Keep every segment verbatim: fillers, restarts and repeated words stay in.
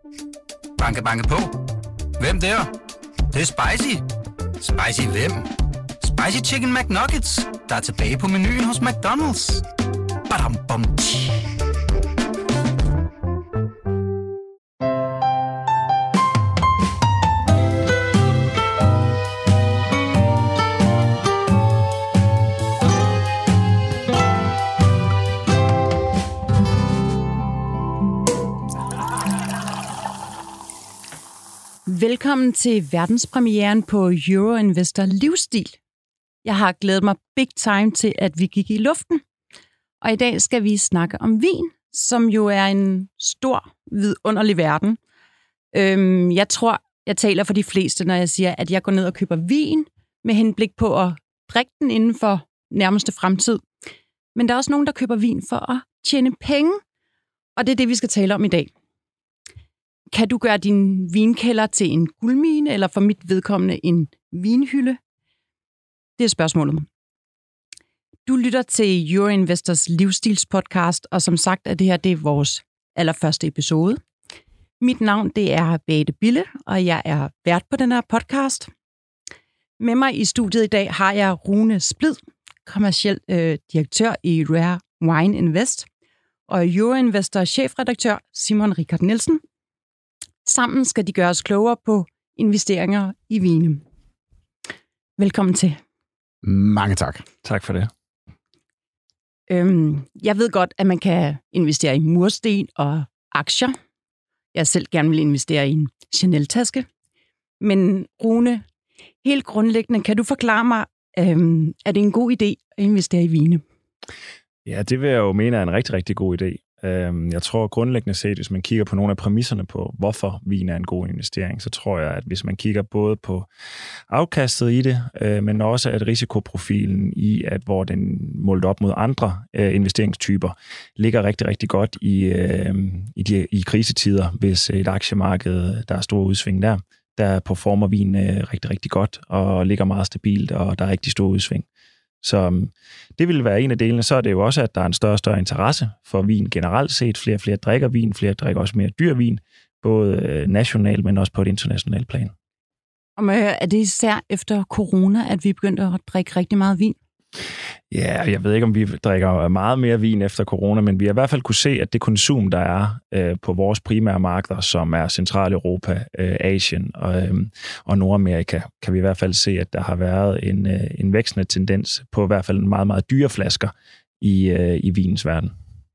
Banke, banke på. Hvem der? Det, det er spicy. Spicy hvem? Spicy Chicken McNuggets, der er tilbage på menuen hos McDonald's. Badum, bom, tji. Velkommen til verdenspremieren på Euroinvestor Livsstil. Jeg har glædet mig big time til, at vi gik i luften. Og i dag skal vi snakke om vin, som jo er en stor, vidunderlig verden. Øhm, jeg tror, jeg taler for de fleste, når jeg siger, at jeg går ned og køber vin med henblik på at drikke den inden for nærmeste fremtid. Men der er også nogen, der køber vin for at tjene penge. Og det er det, vi skal tale om i dag. Kan du gøre din vinkælder til en guldmine, eller for mit vedkommende en vinhylde? Det er spørgsmålet. Du lytter til Euroinvestors livsstilspodcast, og som sagt er det her det er vores allerførste episode. Mit navn det er Beate Bille, og jeg er vært på den her podcast. Med mig i studiet i dag har jeg Rune Splid, kommerciel øh, direktør i Rare Wine Invest, og Euroinvestor chefredaktør Simon Richard Nielsen. Sammen skal de gøre os klogere på investeringer i vine. Velkommen til. Mange tak. Tak for det. Øhm, jeg ved godt, at man kan investere i mursten og aktier. Jeg selv gerne vil investere i en Chanel-taske. Men Rune, helt grundlæggende, kan du forklare mig, øhm, er det en god idé at investere i vine? Ja, det vil jeg jo mene er en rigtig, rigtig god idé. Jeg tror grundlæggende set, hvis man kigger på nogle af præmisserne på, hvorfor vin er en god investering, så tror jeg, at hvis man kigger både på afkastet i det, men også at risikoprofilen i, at hvor den målt op mod andre investeringstyper, ligger rigtig, rigtig godt i, i, de, i krisetider, hvis et aktiemarked, der er store udsving der, der performer vin rigtig, rigtig godt og ligger meget stabilt, og der er rigtig store udsving. Så det vil være en af delene. Så er det jo også, at der er en større og større interesse for vin generelt set. Flere og flere drikker vin, flere drikker også mere dyr vin, både nationalt, men også på et internationalt plan. Og er det især efter corona, at vi begyndte at drikke rigtig meget vin? Ja, jeg ved ikke, om vi drikker meget mere vin efter corona, men vi har i hvert fald kunne se, at det konsum, der er øh, på vores primære markeder, som er Centraleuropa, øh, Asien og, øh, og Nordamerika, kan vi i hvert fald se, at der har været en, øh, en vækstende tendens på i hvert fald meget, meget dyre flasker i, øh, i vinens verden.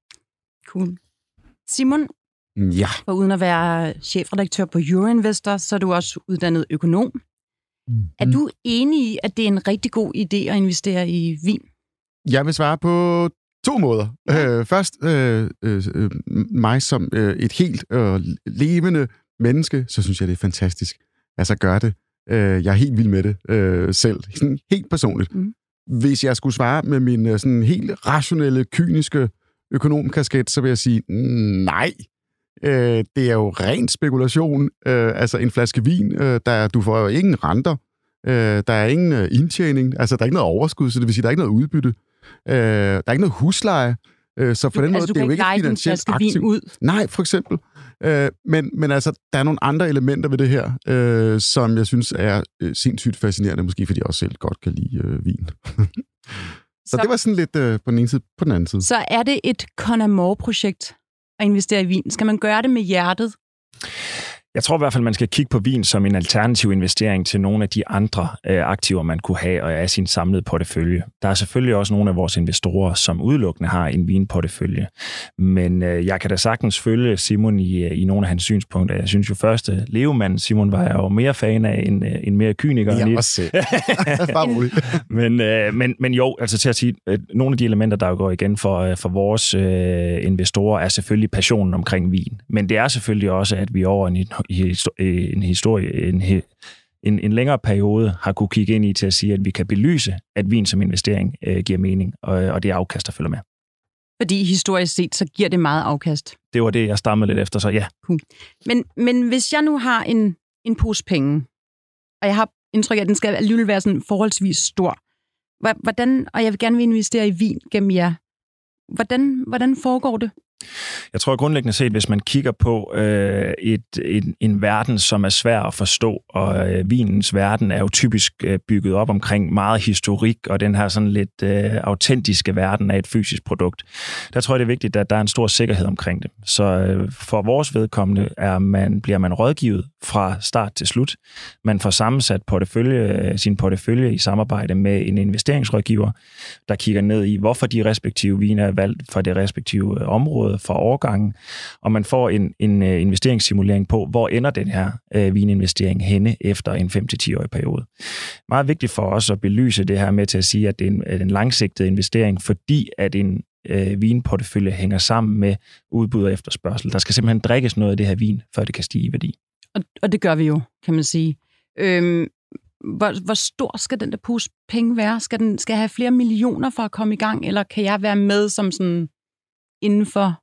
Cool. Simon, ja. For uden at være chefredaktør på Euroinvestor, så er du også uddannet økonom. Mm. Er du enig i, at det er en rigtig god idé at investere i vin? Jeg vil svare på to måder. Øh, først øh, øh, mig som øh, et helt øh, levende menneske, så synes jeg, det er fantastisk. Altså gør det. Øh, jeg er helt vild med det øh, selv. Sådan helt personligt. Mm. Hvis jeg skulle svare med min sådan helt rationelle, kyniske økonomkasket, så vil jeg sige nej. Øh, det er jo ren spekulation. Øh, altså en flaske vin, øh, der, du får jo ingen renter. Øh, der er ingen øh, indtjening. Altså der er ikke noget overskud, så det vil sige, der er ikke noget udbytte. Øh, der er ikke noget husleje. Øh, så på du, den altså, måde, det er jo ikke finansielt aktivt. Ud. Nej, for eksempel. Øh, men, men altså, der er nogle andre elementer ved det her, øh, som jeg synes er øh, sindssygt fascinerende, måske fordi jeg også selv godt kan lide øh, vin. så, så det var sådan lidt øh, på den ene side, på den anden side. Så er det et Con Amore-projekt at investere i vin? Skal man gøre det med hjertet? Jeg tror i hvert fald, man skal kigge på vin som en alternativ investering til nogle af de andre øh, aktiver, man kunne have og er sin samlede portefølje. Der er selvfølgelig også nogle af vores investorer, som udelukkende har en vinportefølje. Men øh, jeg kan da sagtens følge Simon i, i nogle af hans synspunkter. Jeg synes jo først, at levemanden Simon var jeg jo mere fan af end, øh, end mere kyniker. Jeg også selv. Bare roligt. men, øh, men, men jo, altså til at sige, øh, nogle af de elementer, der går igen for, øh, for vores øh, investorer, er selvfølgelig passionen omkring vin. Men det er selvfølgelig også, at vi over en i en historie, en, en, en længere periode har kunne kigge ind i til at sige, at vi kan belyse, at vin som investering øh, giver mening, og, og det afkast, der følger med. Fordi historisk set, så giver det meget afkast. Det var det, jeg stammede lidt efter, så ja. Cool. Men, men hvis jeg nu har en, en pose penge, og jeg har indtryk af, at den skal alligevel være sådan forholdsvis stor, hvordan, og jeg vil gerne vil investere i vin gennem jer, hvordan, hvordan foregår det? Jeg tror grundlæggende set, hvis man kigger på øh, et, en, en verden, som er svær at forstå, og øh, vinens verden er jo typisk øh, bygget op omkring meget historik, og den her sådan lidt øh, autentiske verden af et fysisk produkt. Der tror jeg, det er vigtigt, at der er en stor sikkerhed omkring det. Så øh, for vores vedkommende er man, bliver man rådgivet fra start til slut. Man får sammensat portefølje, sin portefølje i samarbejde med en investeringsrådgiver, der kigger ned i, hvorfor de respektive viner er valgt for det respektive område, for årgangen, og man får en, en investeringssimulering på, hvor ender den her øh, vininvestering henne efter en fem til ti årig periode. Meget vigtigt for os at belyse det her med til at sige, at det er en, at en langsigtet investering, fordi at en øh, vinportefølje hænger sammen med udbud og efterspørgsel. Der skal simpelthen drikkes noget af det her vin, før det kan stige i værdi. Og, og det gør vi jo, kan man sige. Øhm, hvor, hvor stor skal den der pose penge være? Skal den skal have flere millioner for at komme i gang, eller kan jeg være med som sådan inden for,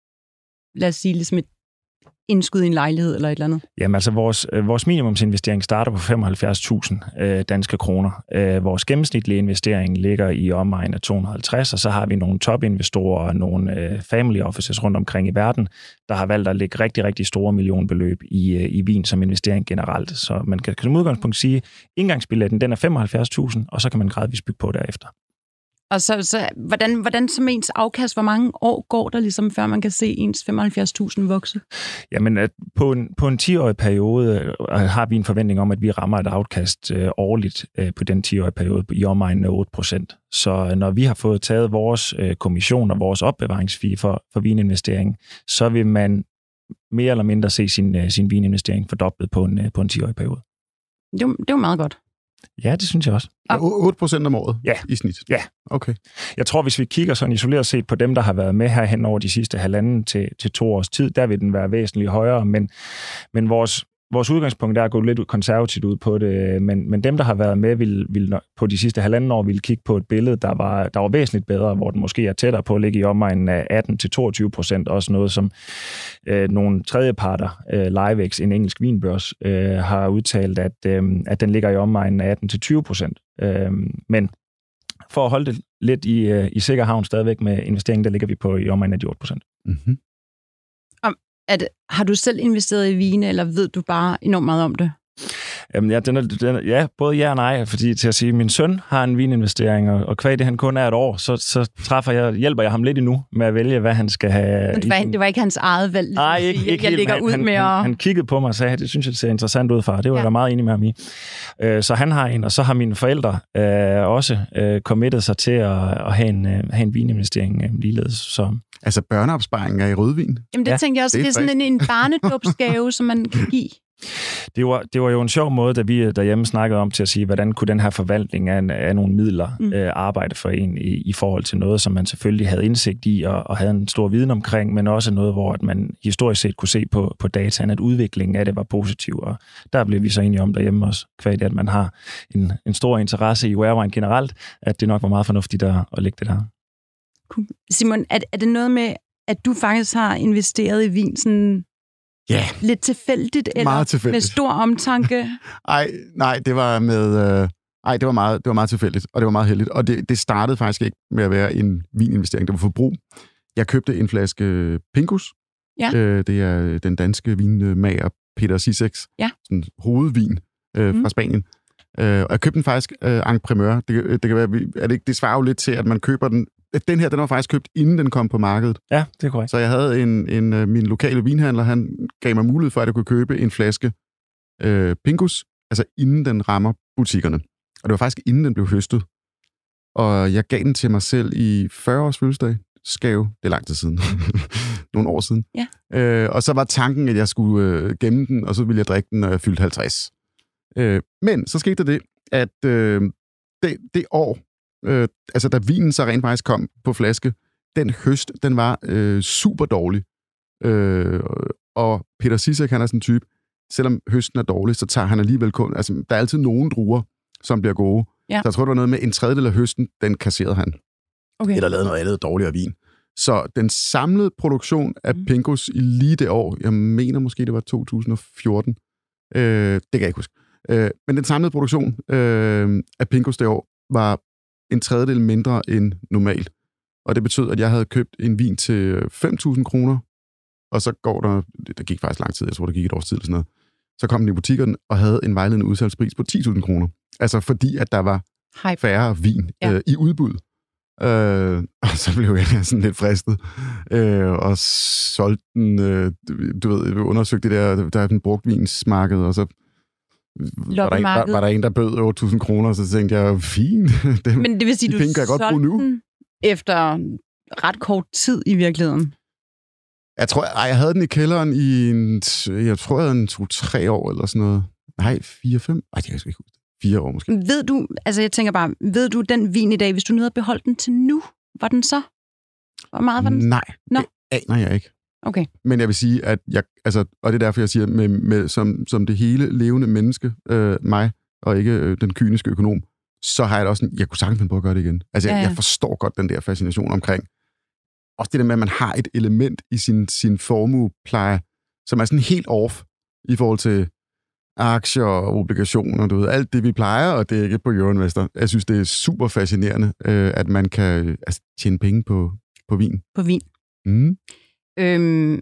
lad os sige, ligesom et indskud i en lejlighed eller et eller andet? Jamen altså, vores, vores minimumsinvestering starter på femoghalvfjerds tusind øh, danske kroner. Øh, vores gennemsnitlige investering ligger i omegn af to hundrede og halvtreds, og så har vi nogle topinvestorer og nogle øh, family offices rundt omkring i verden, der har valgt at lægge rigtig, rigtig store millionbeløb i, øh, i vin som investering generelt. Så man kan som udgangspunkt sige, at indgangsbilletten den er femoghalvfjerds tusind, og så kan man gradvist bygge på derefter. Og så, så hvordan, hvordan som ens afkast, hvor mange år går der ligesom, før man kan se ens femoghalvfjerds tusind vokse? Jamen, at på en, på en ti-årig periode øh, har vi en forventning om, at vi rammer et afkast øh, årligt øh, på den ti-årige periode i omegnen af otte procent. Så når vi har fået taget vores øh, kommission og vores opbevaringsfee for, for vininvestering, så vil man mere eller mindre se sin, øh, sin vininvestering fordoblet på en, øh, på en ti-årig periode. Det er, det er jo meget godt. Ja, det synes jeg også. otte procent om året ja. i snit? Ja. Okay. Jeg tror, hvis vi kigger sådan isoleret set på dem, der har været med her hen over de sidste halvanden til, til to års tid, der vil den være væsentligt højere, men, men vores, vores udgangspunkt er at gå lidt konservativt ud på det, men, men dem, der har været med vil, vil, på de sidste halvanden år, vil kigge på et billede, der var, der var væsentligt bedre, hvor den måske er tættere på at ligge i omegnen af atten til toogtyve procent, også noget som øh, nogle tredjeparter, øh, LiveX, en engelsk vinbørs, øh, har udtalt, at, øh, at den ligger i omegnen af atten til tyve procent. Øh, men for at holde det lidt i, øh, i sikker havn stadigvæk med investeringen, der ligger vi på i omegnen af de otte procent. Mm-hmm. At, har du selv investeret i vine, eller ved du bare enormt meget om det? Jamen, ja, den er, den er, ja, både ja og nej, fordi til at sige, at min søn har en vininvestering, og, og kvad det han kun er et år, så, så træffer jeg, hjælper jeg ham lidt endnu med at vælge, hvad han skal have. Men det var, det var ikke hans eget valg? Nej, ikke, ikke jeg, jeg helt. ligger Han, ud han, med han, at... han kiggede på mig og sagde, det synes jeg ser interessant ud, far. Det var ja. jeg meget enig med ham i. Så han har en, og så har mine forældre øh, også øh, committet sig til at, at have, en, øh, have en vininvestering øh, ligeledes. Så. Altså børneopsparing er i rødvin? Jamen det ja, tænker jeg også, det er, det er sådan en, en barnedåbsgave, som man kan give. Det var, det var jo en sjov måde, da vi derhjemme snakkede om til at sige, hvordan kunne den her forvaltning af, af nogle midler mm. øh, arbejde for en i, i forhold til noget, som man selvfølgelig havde indsigt i og, og havde en stor viden omkring, men også noget, hvor at man historisk set kunne se på, på dataen, at udviklingen af det var positiv. Og der blev vi så enige om derhjemme også, kvad at man har en, en stor interesse i rarewine generelt, at det nok var meget fornuftigt at, at lægge det der. Simon, er, er det noget med, at du faktisk har investeret i vin sådan... Ja. Yeah. Lidt tilfældigt, eller meget tilfældigt. Med stor omtanke? Ej, nej, det var med... Øh, ej, det var, meget, det var meget tilfældigt, og det var meget heldigt. Og det, det startede faktisk ikke med at være en vininvestering, det var forbrug. Jeg købte en flaske Pinkus. Ja. Øh, det er den danske vinmager Peter Siseks. Ja. Sådan hovedvin øh, mm. fra Spanien. Øh, og jeg købte den faktisk øh, en primeur. Det, det kan være, er det ikke, det svarer jo lidt til, at man køber den. Den her, den var faktisk købt, inden den kom på markedet. Ja, det er korrekt. Så jeg havde en, en min lokale vinhandler, han gav mig mulighed for, at jeg kunne købe en flaske øh, Pinkus, altså inden den rammer butikkerne. Og det var faktisk inden den blev høstet. Og jeg gav den til mig selv i fyrre års fødselsdag. Skæv, det er lang tid siden. Nogle år siden. Ja. Øh, og så var tanken, at jeg skulle øh, gemme den, og så ville jeg drikke den, når jeg fyldte halvtreds. Øh, men så skete der det, at øh, det, det år, øh, altså da vinen så rent faktisk kom på flaske, den høst, den var øh, super dårlig. Øh, og Peter Sisek, han er sådan en type, selvom høsten er dårlig, så tager han alligevel kun, altså der er altid nogen druer, som bliver gode. Ja. Så jeg tror, det var noget med en tredjedel af høsten, den kasserede han. Okay. Eller lavede noget andet dårligere vin. Så den samlede produktion af mm. Pinkus i lige det år, jeg mener måske, det var to tusind og fjorten, øh, det kan jeg ikke huske, øh, men den samlede produktion øh, af Pinkus det år var en tredjedel mindre end normalt. Og det betød, at jeg havde købt en vin til fem tusind kroner, og så går der, der gik faktisk lang tid, jeg tror, der gik et års tid eller sådan noget, så kom den i butikkerne og havde en vejledende udsalgspris på ti tusind kroner. Altså fordi, at der var Hype. færre vin ja. øh, i udbud. Øh, og så blev jeg sådan lidt fristet, øh, og solgte den, øh, du ved, undersøgte det der, der er den brugtvinsmarked, og så var der, en, var, var der en, der bød otte tusind kroner, og så tænkte jeg, fint. Dem, Men det vil sige, de du penge kan jeg godt bruge nu. Den efter ret kort tid i virkeligheden? Jeg tror, ej, jeg havde den i kælderen i en, jeg tror, jeg havde en to-tre år eller sådan noget. Nej, fire-fem? Ej, det kan jeg sgu ikke huske. Fire år måske. Ved du, altså jeg tænker bare, ved du den vin i dag, hvis du nu havde beholdt den til nu, var den så? Hvor meget var den? Nej, Nå. det aner jeg ikke. Okay. Men jeg vil sige, at jeg, altså, og det er derfor, jeg siger, med, med, som, som det hele levende menneske, øh, mig, og ikke øh, den kyniske økonom, så har jeg da også en, jeg kunne sagtens finde på at gøre det igen. Altså, ja, ja. Jeg, jeg forstår godt den der fascination omkring, også det der med, at man har et element i sin, sin formuepleje, som er sådan helt off i forhold til aktier og obligationer, du ved, alt det, vi plejer, og det er ikke på Euroinvestor. Jeg synes, det er super fascinerende, øh, at man kan altså, tjene penge på, på vin. På vin. Mm. Øhm,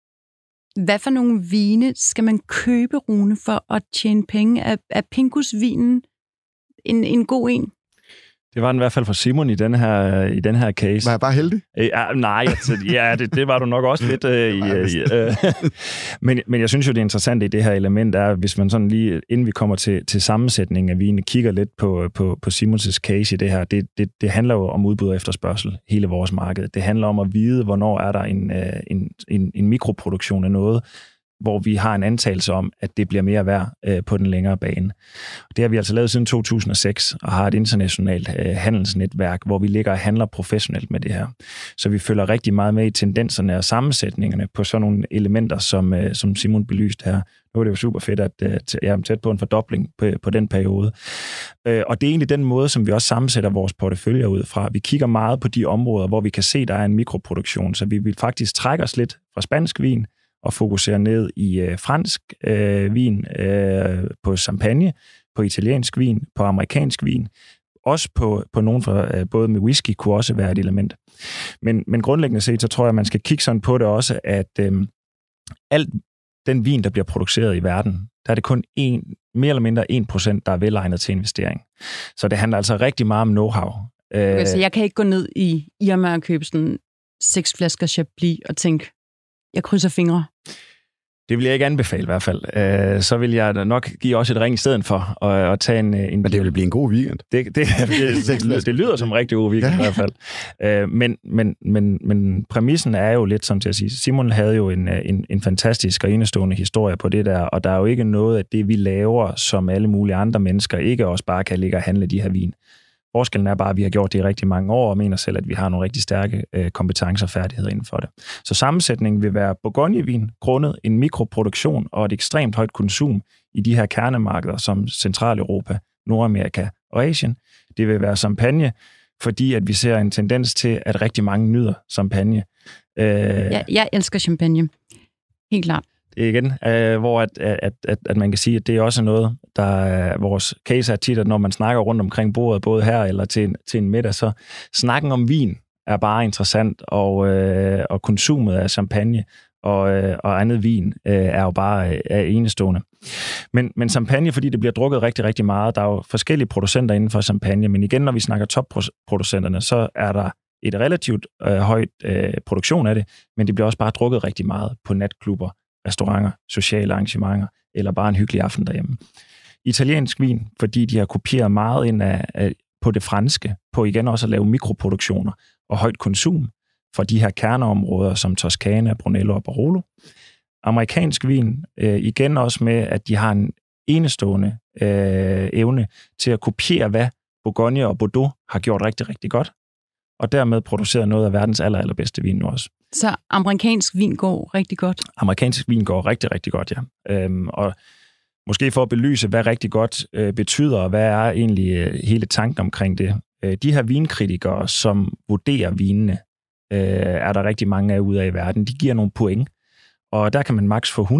hvad for nogle vine skal man købe, Rune, for at tjene penge? Er, er Pinkus-vinen en, en god en? Det var den i hvert fald for Simon i den her, i den her case. Var jeg bare heldig? Ja, nej, ja, det, det var du nok også lidt. Øh, i, øh, men, men jeg synes jo, det interessante i det her element er, hvis man sådan lige, inden vi kommer til, til sammensætningen af vinen, kigger lidt på, på, på Simons' case i det her, det, det, det handler jo om udbud og efterspørgsel, hele vores marked. Det handler om at vide, hvornår er der en, en, en, en mikroproduktion af noget, hvor vi har en antagelse om, at det bliver mere værd øh, på den længere bane. Det har vi altså lavet siden to tusind og seks, og har et internationalt øh, handelsnetværk, hvor vi ligger og handler professionelt med det her. Så vi følger rigtig meget med i tendenserne og sammensætningerne på sådan nogle elementer, som, øh, som Simon belyste her. Nu er det jo super fedt, at øh, jeg er tæt på en fordobling på, på den periode. Øh, og det er egentlig den måde, som vi også sammensætter vores porteføljer ud fra. Vi kigger meget på de områder, hvor vi kan se, at der er en mikroproduktion, så vi vil faktisk trække os lidt fra spansk vin, og fokusere ned i øh, fransk øh, vin, øh, på champagne, på italiensk vin, på amerikansk vin. Også på, på nogle fra, øh, både med whisky kunne også være et element. Men, men grundlæggende set, så tror jeg, at man skal kigge sådan på det også, at øh, alt den vin, der bliver produceret i verden, der er det kun en, mere eller mindre en procent, der er velegnet til investering. Så det handler altså rigtig meget om know-how. Okay, så jeg kan ikke gå ned i Irma og købe sådan seks flasker Chablis og tænke, jeg krydser fingre. Det vil jeg ikke anbefale i hvert fald. Så vil jeg nok give også et ring i stedet for at, at tage en, en... Men det vil blive en god weekend. Det, det, det, det, det lyder som en rigtig god weekend ja. I hvert fald. Men, men, men, men præmissen er jo lidt, som til at sige, Simon havde jo en, en, en fantastisk og enestående historie på det der, og der er jo ikke noget af det, vi laver, som alle mulige andre mennesker ikke også bare kan ligge og handle de her vin. Forskellen er bare, at vi har gjort det i rigtig mange år, og mener selv, at vi har nogle rigtig stærke øh, kompetencer og færdigheder inden for det. Så sammensætningen vil være Bourgogne-vin, grundet en mikroproduktion og et ekstremt højt konsum i de her kernemarkeder, som Centraleuropa, Nordamerika og Asien. Det vil være champagne, fordi at vi ser en tendens til, at rigtig mange nyder champagne. Øh, ja, jeg elsker champagne. Helt klart. Igen, øh, hvor at, at, at, at man kan sige, at det er også noget, der er vores case er tit, at når man snakker rundt omkring bordet, både her eller til en, til en middag, så snakken om vin er bare interessant, og, øh, og konsumet af champagne og, øh, og andet vin øh, er jo bare øh, er enestående. Men, men champagne, fordi det bliver drukket rigtig, rigtig meget, der er jo forskellige producenter inden for champagne, men igen, når vi snakker topproducenterne, så er der et relativt øh, højt øh, produktion af det, men det bliver også bare drukket rigtig meget på natklubber, restauranter, sociale arrangementer, eller bare en hyggelig aften derhjemme. Italiensk vin, fordi de har kopieret meget ind af, af, på det franske, på igen også at lave mikroproduktioner og højt konsum for de her kerneområder, som Toscana, Brunello og Barolo. Amerikansk vin, øh, igen også med, at de har en enestående øh, evne til at kopiere, hvad Bourgogne og Bordeaux har gjort rigtig, rigtig godt, og dermed produceret noget af verdens aller, allerbedste vin nu også. Så amerikansk vin går rigtig godt? Amerikansk vin går rigtig, rigtig godt, ja. Øhm, og måske for at belyse, hvad rigtig godt øh, betyder, og hvad er egentlig øh, hele tanken omkring det. Øh, de her vinkritikere, som vurderer vinene, øh, er der rigtig mange af ude af i verden. De giver nogle point, og der kan man maks få hundrede,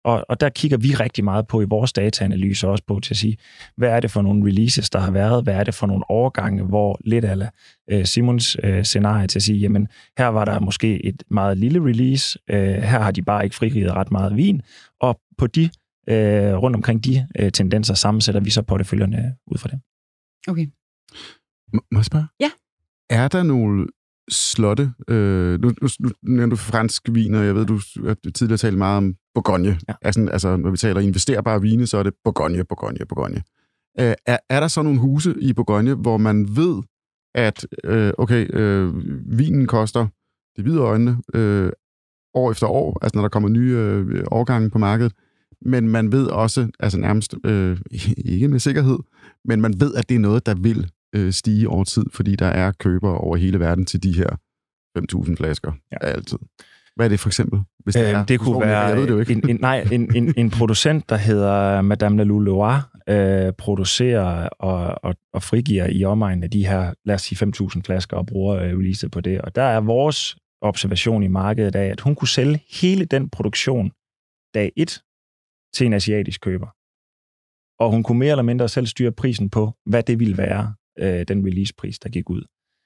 og, og der kigger vi rigtig meget på i vores dataanalyse også på til at sige, hvad er det for nogle releases, der har været, hvad er det for nogle overgange, hvor lidt af øh, Simons øh, scenarie til at sige, jamen her var der måske et meget lille release, øh, her har de bare ikke frigivet ret meget vin, og på de øh, rundt omkring de øh, tendenser sammensætter vi så porteføljerne ud fra det. Okay. M- må jeg spørge? Ja. Er der nogle slotte, øh, nu, nu, nu nævner du fransk vin, og jeg ved, du har tidligere talt meget om Bourgogne. Ja. Altså, altså, når vi taler investerbare vine, så er det Bourgogne, Bourgogne, Bourgogne. Øh, er, er der så nogle huse i Bourgogne, hvor man ved, at øh, okay, øh, vinen koster de hvide øjne øh, år efter år, altså når der kommer nye øh, årgange på markedet, men man ved også, altså nærmest øh, ikke med sikkerhed, men man ved, at det er noget, der vil øh, stige over tid, fordi der er købere over hele verden til de her fem tusind flasker ja. altid. Hvad er det for eksempel? Hvis det, øh, er, det kunne være jeg ved det jo ikke. En, en, nej, en, en, en producent, der hedder Madame Lalou-Leroy, øh, producerer og, og, og frigiver i omegnen af de her, lad os sige, fem tusind flasker og bruger øh, release på det. Og der er vores observation i markedet af, at hun kunne sælge hele den produktion dag et til en asiatisk køber. Og hun kunne mere eller mindre selv styre prisen på, hvad det ville være, øh, den releasepris, der gik ud.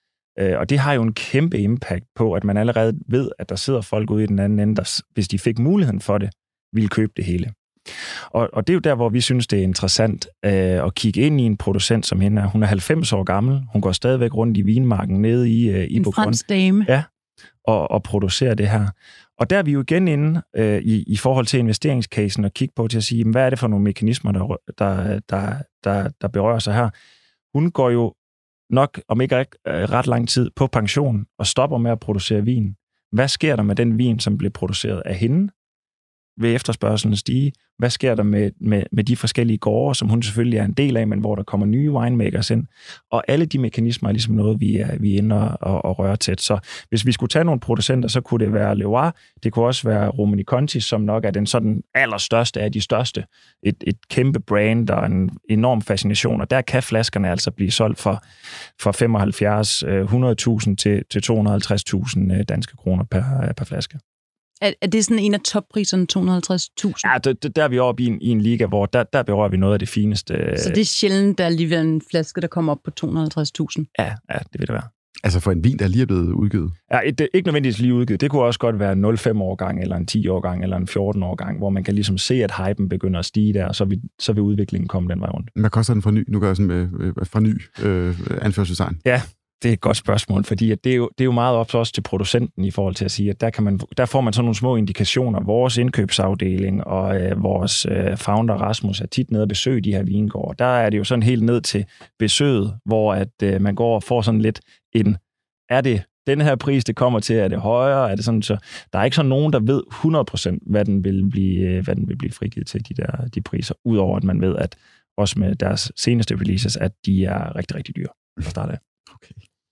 Øh, og det har jo en kæmpe impact på, at man allerede ved, at der sidder folk ude i den anden ende, der, hvis de fik muligheden for det, ville købe det hele. Og, og det er jo der, hvor vi synes, det er interessant øh, at kigge ind i en producent som hende. Hun er halvfems år gammel. Hun går stadigvæk rundt i vinmarken nede i, øh, i en Bourgogne. fransk dame. Ja, og, og producerer det her. Og der er vi jo igen inde øh, i, i forhold til investeringscasen og kigge på til at sige, hvad er det for nogle mekanismer, der, der, der, der, der berører sig her. Hun går jo nok, om ikke ret lang tid, på pension og stopper med at producere vin. Hvad sker der med den vin, som bliver produceret af hende? Vil efterspørgselen stige? Hvad sker der med, med, med de forskellige gårde, som hun selvfølgelig er en del af, men hvor der kommer nye winemakers ind? Og alle de mekanismer er ligesom noget, vi er, vi er inde og, og rører tæt. Så hvis vi skulle tage nogle producenter, så kunne det være Leroy, det kunne også være Romanée Conti, som nok er den sådan allerstørste af de største. Et, et kæmpe brand og en enorm fascination, og der kan flaskerne altså blive solgt for, for femoghalvfjerds hundrede tusind til, til to hundrede og halvtreds tusind danske kroner per, per flaske. Er, er det sådan en af toppriserne, to hundrede og halvtreds tusind? Ja, der, der er vi oppe i en, i en liga, hvor der, der berører vi noget af det fineste. Så det er sjældent, der er alligevel en flaske, der kommer op på to hundrede og halvtreds tusind? Ja, ja, det vil det være. Altså for en vin, der lige er blevet udgivet? Ja, det, ikke nødvendigvis lige udgivet. Det kunne også godt være en nul komma fem årgang, eller en ti årgang, eller en fjorten årgang, hvor man kan ligesom se, at hypen begynder at stige der, og så vil, så vil udviklingen komme den vej rundt. Hvad koster den fra ny? Nu gør jeg sådan med øh, fra ny øh, anførselstegn. Ja, det er et godt spørgsmål, fordi at det, er jo, det er jo meget op også til producenten i forhold til at sige, at der, kan man, der får man sådan nogle små indikationer. Vores indkøbsafdeling og øh, vores øh, founder Rasmus er tit nede og besøger de her vingårde. Der er det jo sådan helt ned til besøget, hvor at øh, man går og får sådan lidt en, er det den her pris, det kommer til, er det højere? Er det sådan, så der er ikke sådan nogen, der ved hundrede procent, hvad den vil blive, hvad den vil blive frigivet til, de der de priser, udover at man ved, at også med deres seneste releases, at de er rigtig, rigtig dyre fra start af. Okay.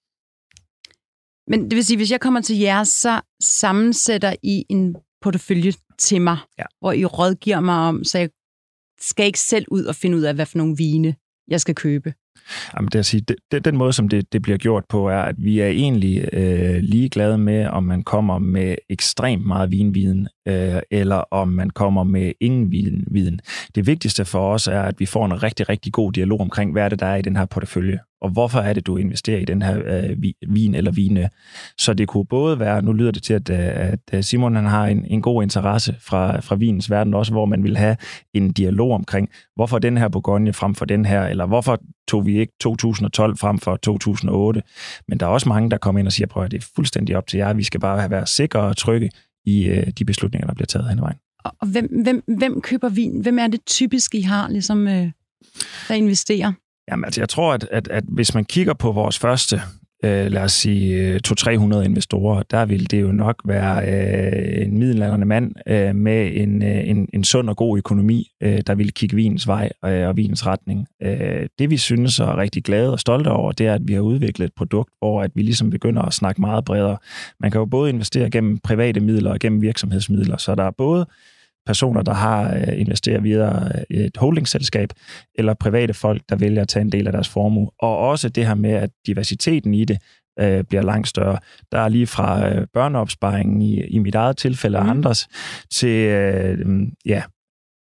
Men det vil sige, hvis jeg kommer til jer, så sammensætter I en portefølje til mig, ja. hvor I rådgiver mig om, så jeg skal ikke selv ud og finde ud af, hvad for nogle vine jeg skal købe. Jamen, det at sige, det, det, den måde, som det, det bliver gjort på, er, at vi er egentlig øh, ligeglade med, om man kommer med ekstremt meget vinviden, øh, eller om man kommer med ingen vinviden. Det vigtigste for os er, at vi får en rigtig, rigtig god dialog omkring, hvad er det, der er i den her portefølje, og hvorfor er det, du investerer i den her øh, vin eller vine. Så det kunne både være, nu lyder det til, at, at Simon han har en, en god interesse fra, fra vinens verden også, hvor man vil have en dialog omkring, hvorfor den her Bourgogne frem for den her, eller hvorfor tog vi ikke to tusind og tolv frem for to tusind og otte. Men der er også mange, der kommer ind og siger, prøv at det er fuldstændig op til jer. Vi skal bare være sikre og trygge i øh, de beslutninger, der bliver taget hen ad vejen. Og hvem, hvem, hvem køber vin? Hvem er det typisk, I har, ligesom, øh, der investerer? Jamen, altså, jeg tror, at, at, at hvis man kigger på vores første, øh, lad os sige, to til tre hundrede investorer, der vil det jo nok være øh, en middelaldrende mand øh, med en, øh, en, en sund og god økonomi, øh, der vil kigge vinens vej øh, og vinens retning. Øh, det, vi synes er rigtig glade og stolte over, det er, at vi har udviklet et produkt, hvor at vi ligesom begynder at snakke meget bredere. Man kan jo både investere gennem private midler og gennem virksomhedsmidler, så der er både personer, der har investeret via et holdingselskab, eller private folk, der vælger at tage en del af deres formue. Og også det her med, at diversiteten i det øh, bliver langt større. Der er lige fra øh, børneopsparingen i, i mit eget tilfælde og mm. andres, til øh, ja,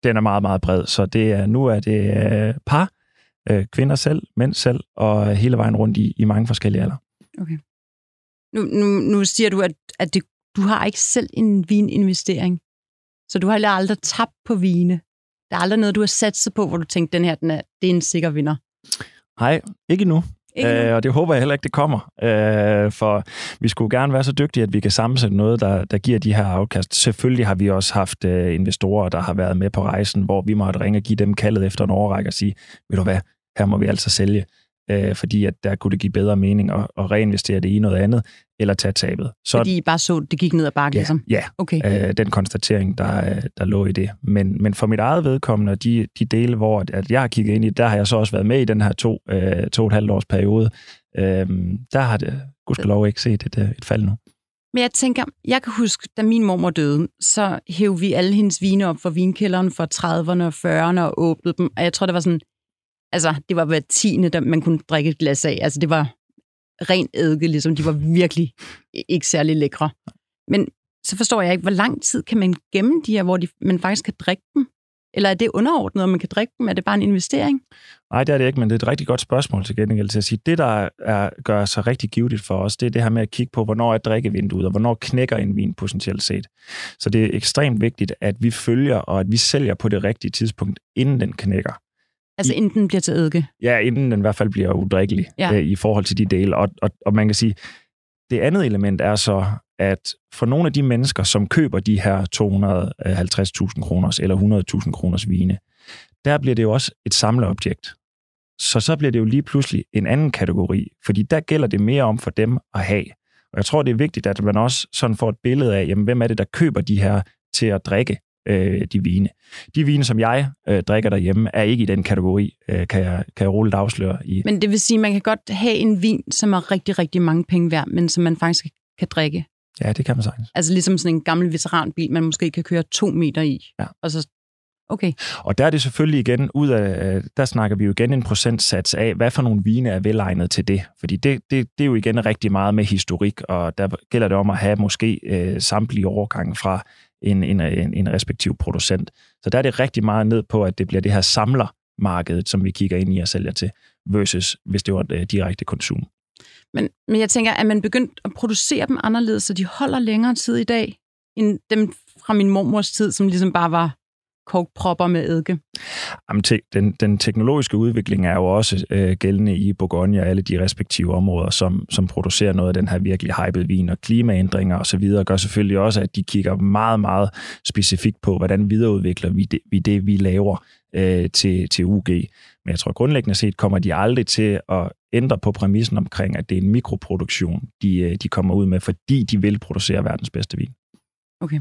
den er meget, meget bred. Så det er, nu er det øh, par, øh, kvinder selv, mænd selv, og hele vejen rundt i, i mange forskellige alder. Okay. Nu, nu, nu siger du, at, at det, du har ikke selv en vininvestering, så du har heller aldrig tabt på vine. Der er aldrig noget, du har satset på, hvor du tænkte, den her, den er, det er en sikker vinder. Nej, ikke nu. Øh, og det håber jeg heller ikke, det kommer. Øh, for vi skulle gerne være så dygtige, at vi kan sammensætte noget, der, der giver de her afkast. Selvfølgelig har vi også haft øh, investorer, der har været med på rejsen, hvor vi måtte ringe og give dem kaldet efter en overrække og sige, ved du hvad, her må vi altså sælge. Øh, fordi at der kunne det give bedre mening at, at reinvestere det i noget andet, eller tage tabet. Så, fordi I bare så, det gik ned ad bakke, ja, ligesom? Ja, okay. øh, den konstatering, der, der lå i det. Men, men for mit eget vedkommende, de, de dele, hvor at jeg har kigget ind i, der har jeg så også været med i den her to, øh, to og et halvt års periode. Øh, der har det gudskelov ikke set et, et fald nu. Men jeg tænker, jeg kan huske, da min mormor døde, så hævde vi alle hendes vine op fra vinkælderen fra trediverne og fyrrerne og åbnede dem. Og jeg tror, det var sådan, altså det var hver tiende, der man kunne drikke et glas af. Altså det var ren eddike, ligesom. De var virkelig ikke særlig lækre. Men så forstår jeg ikke, hvor lang tid kan man gemme de her, hvor de, man faktisk kan drikke dem? Eller er det underordnet, om man kan drikke dem? Er det bare en investering? Nej, det er det ikke, men det er et rigtig godt spørgsmål til gengæld til at sige. Det, der er, gør sig rigtig givetigt for os, det er det her med at kigge på, hvornår er drikkevinduet, og hvornår knækker en vin potentielt set. Så det er ekstremt vigtigt, at vi følger, og at vi sælger på det rigtige tidspunkt, inden den knækker. Altså inden den bliver til eddike? Ja, inden den i hvert fald bliver udrikkelig ja. øh, i forhold til de dele. Og, og, og man kan sige, det andet element er så, at for nogle af de mennesker, som køber de her to hundrede og halvtreds tusind kroners eller hundrede tusind kroners vine, der bliver det jo også et samleobjekt. Så så bliver det jo lige pludselig en anden kategori, fordi der gælder det mere om for dem at have. Og jeg tror, det er vigtigt, at man også sådan får et billede af, jamen, hvem er det, der køber de her til at drikke øh, de vine. De vine, som jeg øh, drikker derhjemme, er ikke i den kategori, øh, kan, jeg, kan jeg roligt afsløre. I. Men det vil sige, at man kan godt have en vin, som er rigtig, rigtig mange penge værd, men som man faktisk kan drikke. Ja, det kan man sagtens. Altså ligesom sådan en gammel veteranbil, man måske kan køre to meter i. Ja. Og så okay. Og der er det selvfølgelig igen, ud af, der snakker vi jo igen en procentsats af, hvad for nogle vine er velegnet til det. Fordi det, det, det er jo igen rigtig meget med historik, og der gælder det om at have måske øh, samtlige overgange fra en, en, en, en respektiv producent. Så der er det rigtig meget ned på, at det bliver det her samlermarked, som vi kigger ind i og sælger til, versus hvis det var et direkte konsum. Men, men jeg tænker, at man begyndt at producere dem anderledes, så de holder længere tid i dag, end dem fra min mormors tid, som ligesom bare var kokpropper med eddike? Jamen, te- den, den teknologiske udvikling er jo også øh, gældende i Bourgogne og alle de respektive områder, som, som producerer noget af den her virkelig hypede vin, og klimaændringer osv. gør selvfølgelig også, at de kigger meget, meget specifikt på, hvordan videreudvikler vi det, vi, det, vi laver øh, til, til U G. Men jeg tror grundlæggende set kommer de aldrig til at ændre på præmissen omkring, at det er en mikroproduktion, de, de kommer ud med, fordi de vil producere verdens bedste vin. Okay.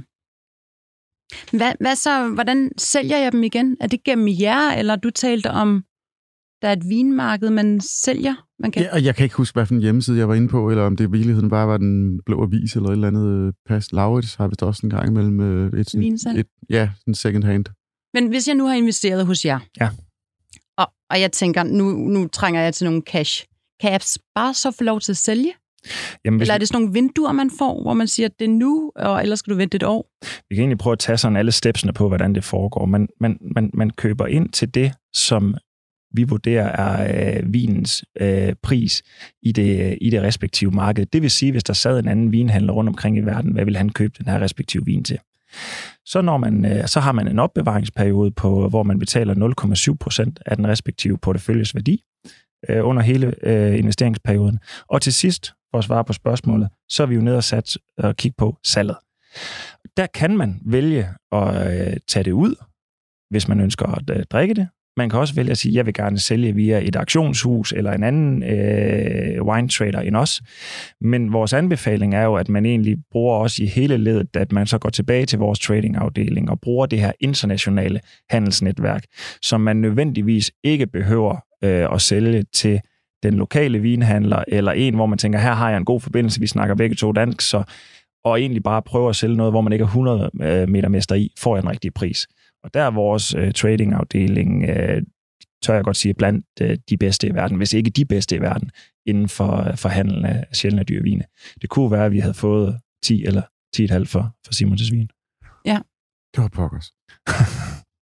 Hvad, hvad så, hvordan sælger jeg dem igen? Er det gennem jer, eller du talte om, der er et vinmarked, man sælger? Man kan... Ja, og jeg kan ikke huske, hvad for en hjemmeside jeg var inde på, eller om det i virkeligheden bare var den blå avis, eller et eller andet pas. Laurits har vist også en gang imellem et, sådan, et, ja, en second hand. Men hvis jeg nu har investeret hos jer, ja. og, og jeg tænker, nu, nu trænger jeg til nogle cash, kan jeg bare så få lov til at sælge? Jamen, eller er det sådan nogle vinduer, man får, hvor man siger, at det er nu, og ellers skal du vente et år? Vi kan egentlig prøve at tage sådan alle stepsene på, hvordan det foregår. Man, man, man, man køber ind til det, som vi vurderer er øh, vinens øh, pris i det, i det respektive marked. Det vil sige, hvis der sad en anden vinhandler rundt omkring i verden, hvad vil han købe den her respektive vin til? Så, når man, øh, så har man en opbevaringsperiode, på, hvor man betaler nul komma syv procent af den respektive porteføljes værdi øh, under hele øh, investeringsperioden. Og til sidst, for at svare på spørgsmålet, så er vi jo nede og sat og kigge på salget. Der kan man vælge at øh, tage det ud, hvis man ønsker at øh, drikke det. Man kan også vælge at sige, at jeg vil gerne sælge via et auktionshus eller en anden øh, wine trader end os. Men vores anbefaling er jo, at man egentlig bruger også i hele ledet, at man så går tilbage til vores tradingafdeling og bruger det her internationale handelsnetværk, som man nødvendigvis ikke behøver øh, at sælge til den lokale vinhandler, eller en, hvor man tænker, her har jeg en god forbindelse, vi snakker begge to dansk, så, og egentlig bare prøve at sælge noget, hvor man ikke er hundrede meter mester i, får jeg en rigtig pris. Og der er vores uh, tradingafdeling, uh, tør jeg godt sige, blandt uh, de bedste i verden, hvis ikke de bedste i verden, inden for, uh, for handlen af sjældne dyre vine. Det kunne være, at vi havde fået ti eller ti komma fem for, for Simons vin. Ja. Det var pokkers.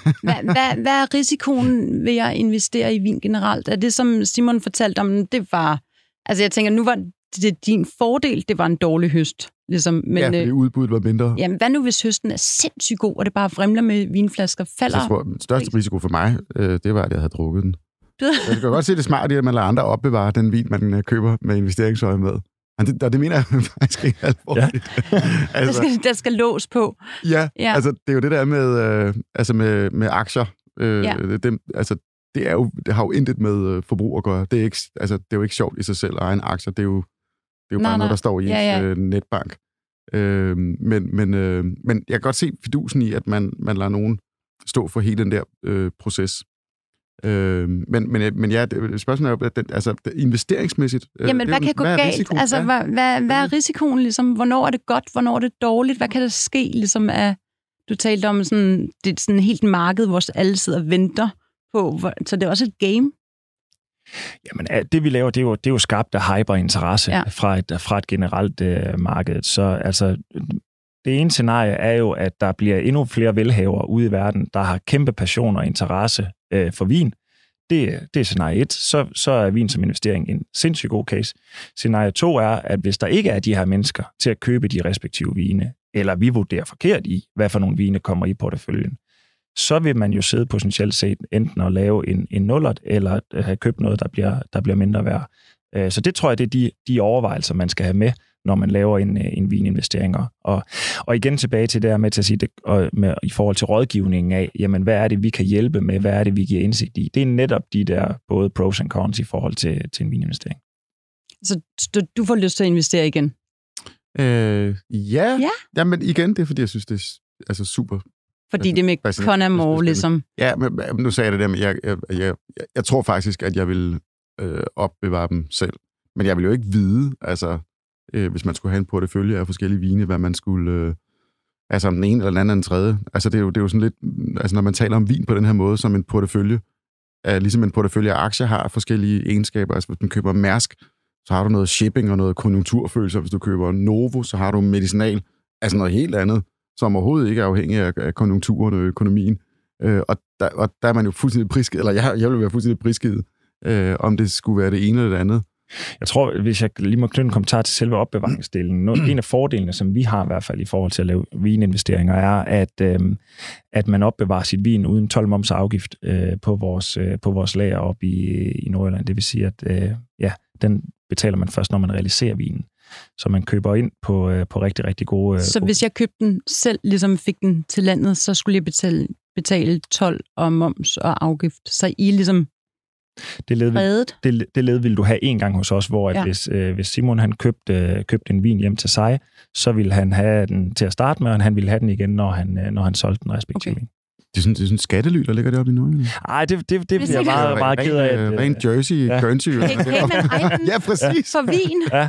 hvad, hvad, hvad er risikoen ved at investere i vin generelt? Er det, som Simon fortalte om, det var... Altså jeg tænker, nu var det din fordel, det var en dårlig høst. Ligesom, men, ja, fordi udbuddet var mindre. Jamen, hvad nu, hvis høsten er sindssygt god, og det bare vrimler med vinflasker? Falder? Jeg tror, den største risiko for mig, øh, det var, at jeg havde drukket den. Jeg kan godt se det smart i, at man lader andre opbevare den vin, man køber med investeringsøje med. Og det, og det mener jeg faktisk ikke alvorligt. Ja. altså, der, skal, der skal lås på. Ja, ja, altså det er jo det der med, øh, altså med, med aktier. Øh, ja. det, altså, det, er jo, det har jo intet med øh, forbrug at gøre. Det er, ikke, altså, det er jo ikke sjovt i sig selv at eje en aktier. Det er jo, det er jo nej, bare nej. noget, der står i ja, ja. ens øh, netbank. Øh, men, men, øh, men jeg kan godt se fidusen i, at man, man lader nogen stå for hele den der øh, proces. Øh, men, men, men ja, spørgsmålet er jo, den, altså investeringsmæssigt... Jamen, hvad kan gå galt? Altså, ja. hvad, hvad, hvad er risikoen, ligesom? Hvornår er det godt? Hvornår er det dårligt? Hvad kan der ske, ligesom af... Du talte om sådan, det er sådan et helt marked, hvor alle sidder og venter på, så det er også et game. Jamen, det vi laver, det er jo, det er jo skabt af hype og interesse ja. fra, et, fra et generelt uh, marked. Så altså... Det ene scenarie er jo, at der bliver endnu flere velhavere ude i verden, der har kæmpe passion og interesse øh, for vin. Det, det er scenarie et. Så, så er vin som investering en sindssygt god case. Scenarie to er, at hvis der ikke er de her mennesker til at købe de respektive vine, eller vi vurderer forkert i, hvad for nogle vine kommer i porteføljen, så vil man jo sidde potentielt set enten at lave en, en nullert, eller have købt noget, der bliver, der bliver mindre værd. Så det tror jeg, det er de, de overvejelser, man skal have med, når man laver en, en vininvestering. Og, og igen tilbage til det her med til at sige, det, og med, i forhold til rådgivningen af, jamen hvad er det, vi kan hjælpe med, hvad er det, vi giver indsigt i. Det er netop de der både pros and cons i forhold til, til en vininvestering. Så du, du får lyst til at investere igen? Øh, ja. ja, Jamen igen, det er fordi, jeg synes, det er altså super. Fordi altså, det med Conamore, ligesom. Ja, men nu sagde jeg det der, men jeg, jeg, jeg, jeg, jeg tror faktisk, at jeg vil øh, opbevare dem selv. Men jeg vil jo ikke vide, altså, øh, hvis man skulle have en portefølje af forskellige vine, hvad man skulle, øh, altså om den ene eller den anden eller den tredje. Altså det er, jo, det er jo sådan lidt, altså når man taler om vin på den her måde, som en portefølje, er, ligesom en portefølje af aktier har forskellige egenskaber. Altså hvis man køber Mærsk, så har du noget shipping og noget konjunkturfølelse. Hvis du køber Novo, så har du medicinal, altså noget helt andet, som overhovedet ikke er afhængig af, af konjunkturen og økonomien. Øh, og, der, og der er man jo fuldstændig prisgivet, eller jeg, jeg vil være fuldstændig prisgivet, øh, om det skulle være det ene eller det andet. Jeg tror, hvis jeg lige må knytte en kommentar til selve opbevaringsdelen, en af fordelene, som vi har i hvert fald i forhold til at lave vininvesteringer, er, at, øh, at man opbevarer sit vin uden told, moms og afgift øh, på, vores, øh, på vores lager op i, i Nordjylland. Det vil sige, at øh, ja, den betaler man først, når man realiserer vinen. Så man køber ind på, øh, på rigtig, rigtig gode... Øh, så hvis jeg købte den selv, ligesom fik den til landet, så skulle jeg betale, betale told og moms og afgift. Så I ligesom... Det led, vil, det, det led ville du have en gang hos os, hvor at ja. hvis, øh, hvis Simon han købte, øh, købte en vin hjem til sig, så ville han have den til at starte med, og han ville have den igen, når han, øh, når han solgte den respektive vin. Okay. Det er sådan, det er sådan skattely, der ligger deroppe i Nordjylland. Nej, det, det, det bliver jeg meget, meget ked af. Ren, ren Jersey, ja. Guernsey. Kan man eje den? Ja, præcis. For vin? Ja.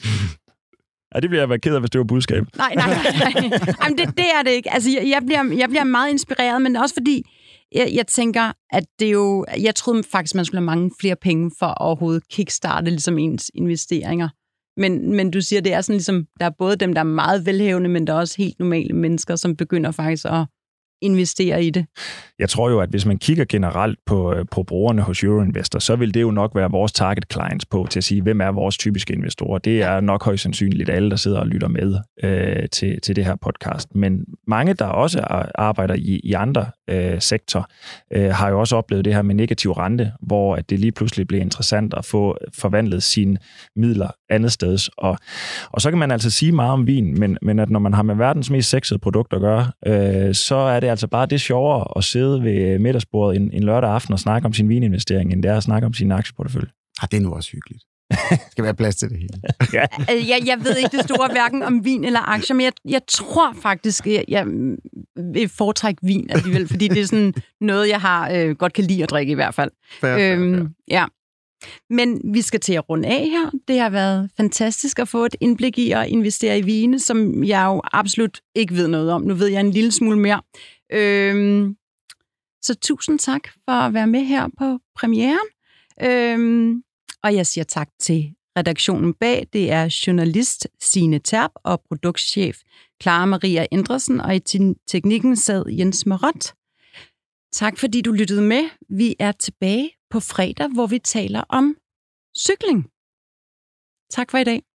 Ja, det bliver jeg være ked af, hvis det var budskab. Nej, nej, nej. Jamen, det, det er det ikke. Altså, jeg, jeg, bliver, jeg bliver meget inspireret, men også fordi, jeg, jeg tænker, at det er jo... Jeg troede faktisk, man skulle have mange flere penge for at overhovedet kickstarte ligesom ens investeringer. Men, men du siger, det er sådan ligesom, der er både dem, der er meget velhavende, men der er også helt normale mennesker, som begynder faktisk at investere i det. Jeg tror jo, at hvis man kigger generelt på, på brugerne hos Euroinvestor, så vil det jo nok være vores target clients på til at sige, hvem er vores typiske investorer. Det er nok højst sandsynligt alle, der sidder og lytter med øh, til, til det her podcast. Men mange, der også arbejder i, i andre øh, sektorer, øh, har jo også oplevet det her med negativ rente, hvor at det lige pludselig bliver interessant at få forvandlet sine midler andet steds. Og, og så kan man altså sige meget om vin, men, men at når man har med verdens mest sexede produkter at gøre, øh, så er det altså bare det sjovere at sidde ved middagsbordet en, en lørdag aften og snakke om sin vininvestering, end det er at snakke om sin aktieportefølje. Ah, det er nu også hyggeligt. Det skal være plads til det hele. Ja. jeg, jeg ved ikke det store hverken om vin eller aktier, men jeg, jeg tror faktisk, jeg, jeg vil foretrække vin alligevel, fordi det er sådan noget, jeg har øh, godt kan lide at drikke i hvert fald. Fair, øhm, fair, fair. Ja. Men vi skal til at runde af her. Det har været fantastisk at få et indblik i at investere i vine, som jeg jo absolut ikke ved noget om. Nu ved jeg en lille smule mere. Øhm, så tusind tak for at være med her på premieren. Øhm, og jeg siger tak til redaktionen bag. Det er journalist Signe Terp og produktchef Clara Maria Endresen, og i teknikken sad Jens Marot. Tak fordi du lyttede med. Vi er tilbage på fredag, hvor vi taler om cykling. Tak for i dag.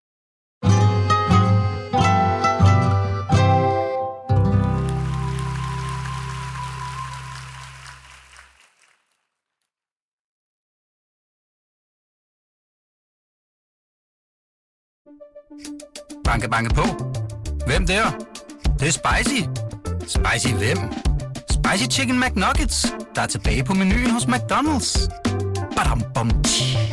Banke, banke på. Hvem der? Det, det er spicy. Spicy hvem? Spicy Chicken McNuggets, der er tilbage på menuen hos McDonald's. Badum, bom, tji.